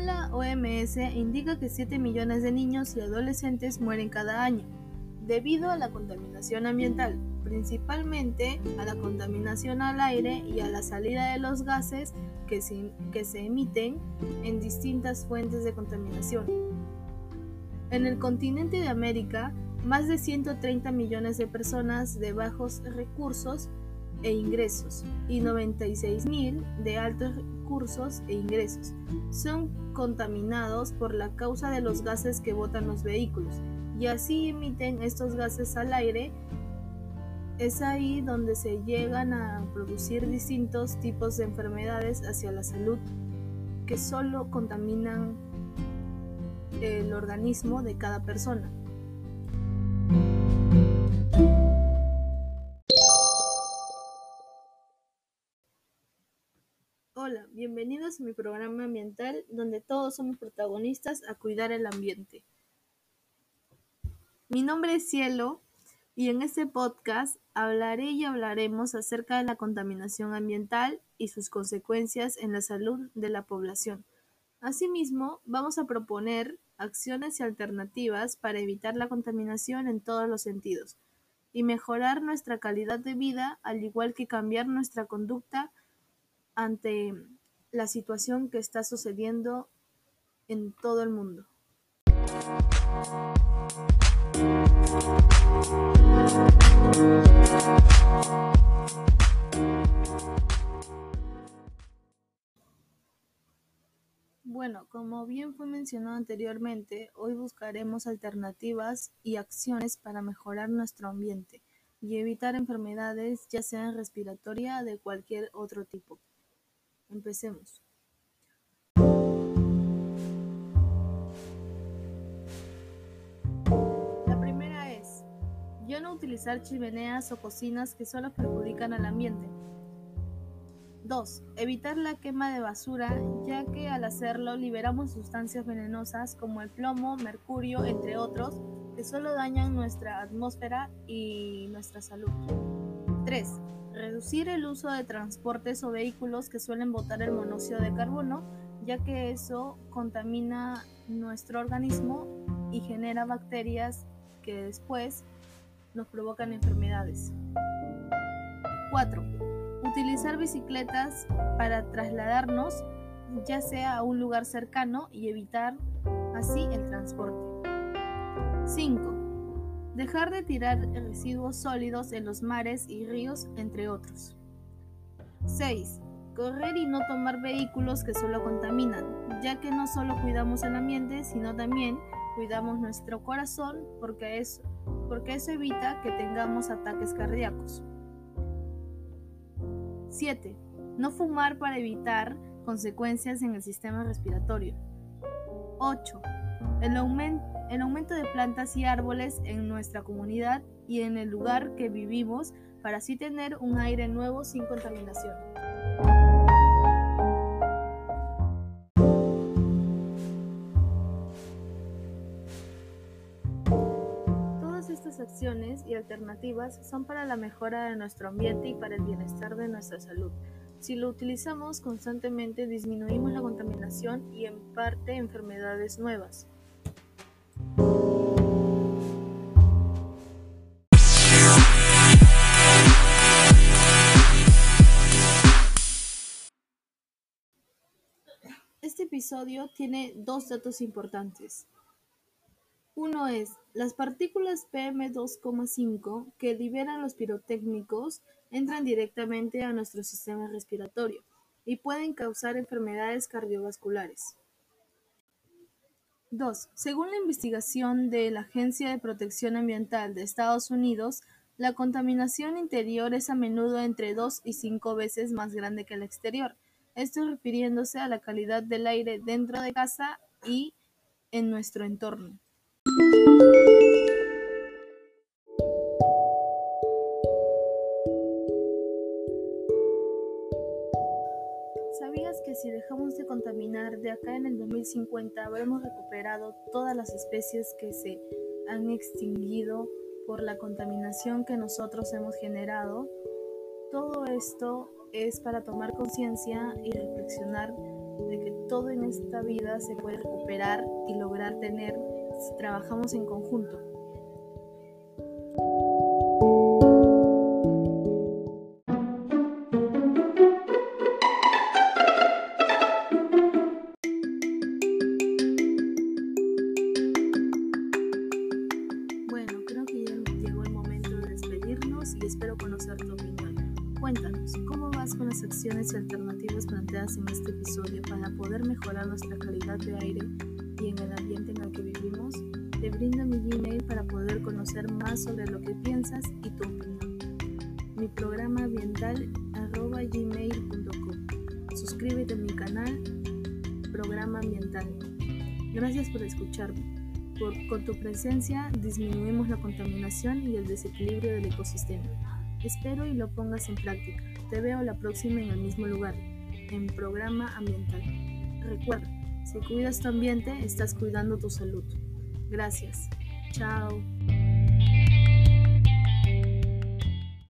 Según la OMS, indica que 7 millones de niños y adolescentes mueren cada año debido a la contaminación ambiental, principalmente a la contaminación al aire y a la salida de los gases que se emiten en distintas fuentes de contaminación. En el continente de América, más de 130 millones de personas de bajos recursos e ingresos y 96.000 de altos recursos e ingresos son contaminados por la causa de los gases que botan los vehículos, y así emiten estos gases al aire. Es ahí donde se llegan a producir distintos tipos de enfermedades hacia la salud que solo contaminan el organismo de cada persona. Hola, bienvenidos a mi programa ambiental donde todos somos protagonistas a cuidar el ambiente. Mi nombre es Cielo y en este podcast hablaremos acerca de la contaminación ambiental y sus consecuencias en la salud de la población. Asimismo, vamos a proponer acciones y alternativas para evitar la contaminación en todos los sentidos y mejorar nuestra calidad de vida, al igual que cambiar nuestra conducta ante la situación que está sucediendo en todo el mundo. Bueno, como bien fue mencionado anteriormente, hoy buscaremos alternativas y acciones para mejorar nuestro ambiente y evitar enfermedades, ya sean respiratorias de cualquier otro tipo. Empecemos. La primera es: ya no utilizar chimeneas o cocinas que solo perjudican al ambiente. 2. Evitar la quema de basura, ya que al hacerlo liberamos sustancias venenosas como el plomo, mercurio, entre otros, que solo dañan nuestra atmósfera y nuestra salud. 3. Reducir el uso de transportes o vehículos que suelen botar el monóxido de carbono, ya que eso contamina nuestro organismo y genera bacterias que después nos provocan enfermedades. 4. Utilizar bicicletas para trasladarnos, ya sea a un lugar cercano, y evitar así el transporte. 5. Dejar de tirar residuos sólidos en los mares y ríos, entre otros. 6. Correr y no tomar vehículos que solo contaminan, ya que no solo cuidamos el ambiente, sino también cuidamos nuestro corazón, porque eso evita que tengamos ataques cardíacos. 7. No fumar para evitar consecuencias en el sistema respiratorio. 8. El aumento de plantas y árboles en nuestra comunidad y en el lugar que vivimos, para así tener un aire nuevo sin contaminación. Todas estas acciones y alternativas son para la mejora de nuestro ambiente y para el bienestar de nuestra salud. Si lo utilizamos constantemente, disminuimos la contaminación y en parte enfermedades nuevas. Este episodio tiene 2 datos importantes. Uno es: las partículas PM2,5 que liberan los pirotécnicos entran directamente a nuestro sistema respiratorio y pueden causar enfermedades cardiovasculares. 2. Según la investigación de la Agencia de Protección Ambiental de Estados Unidos, la contaminación interior es a menudo entre 2 y 5 veces más grande que la exterior. Esto refiriéndose a la calidad del aire dentro de casa y en nuestro entorno. ¿Sabías que si dejamos de contaminar, de acá en el 2050 habremos recuperado todas las especies que se han extinguido por la contaminación que nosotros hemos generado? Todo esto es para tomar conciencia y reflexionar de que todo en esta vida se puede recuperar y lograr tener si trabajamos en conjunto. Bueno, creo que ya llegó el momento de despedirnos y espero conocer tu opinión. Cuéntanos, ¿cómo vas con las acciones y alternativas planteadas en este episodio para poder mejorar nuestra calidad de aire y en el ambiente en el que vivimos? Te brindo mi Gmail para poder conocer más sobre lo que piensas y tu opinión. Mi programa ambiental@gmail.com. Suscríbete a mi canal Programa Ambiental. Gracias por escucharme. Con tu presencia disminuimos la contaminación y el desequilibrio del ecosistema. Espero y lo pongas en práctica. Te veo la próxima en el mismo lugar, en Programa Ambiental. Recuerda, si cuidas tu ambiente, estás cuidando tu salud. Gracias. Chao.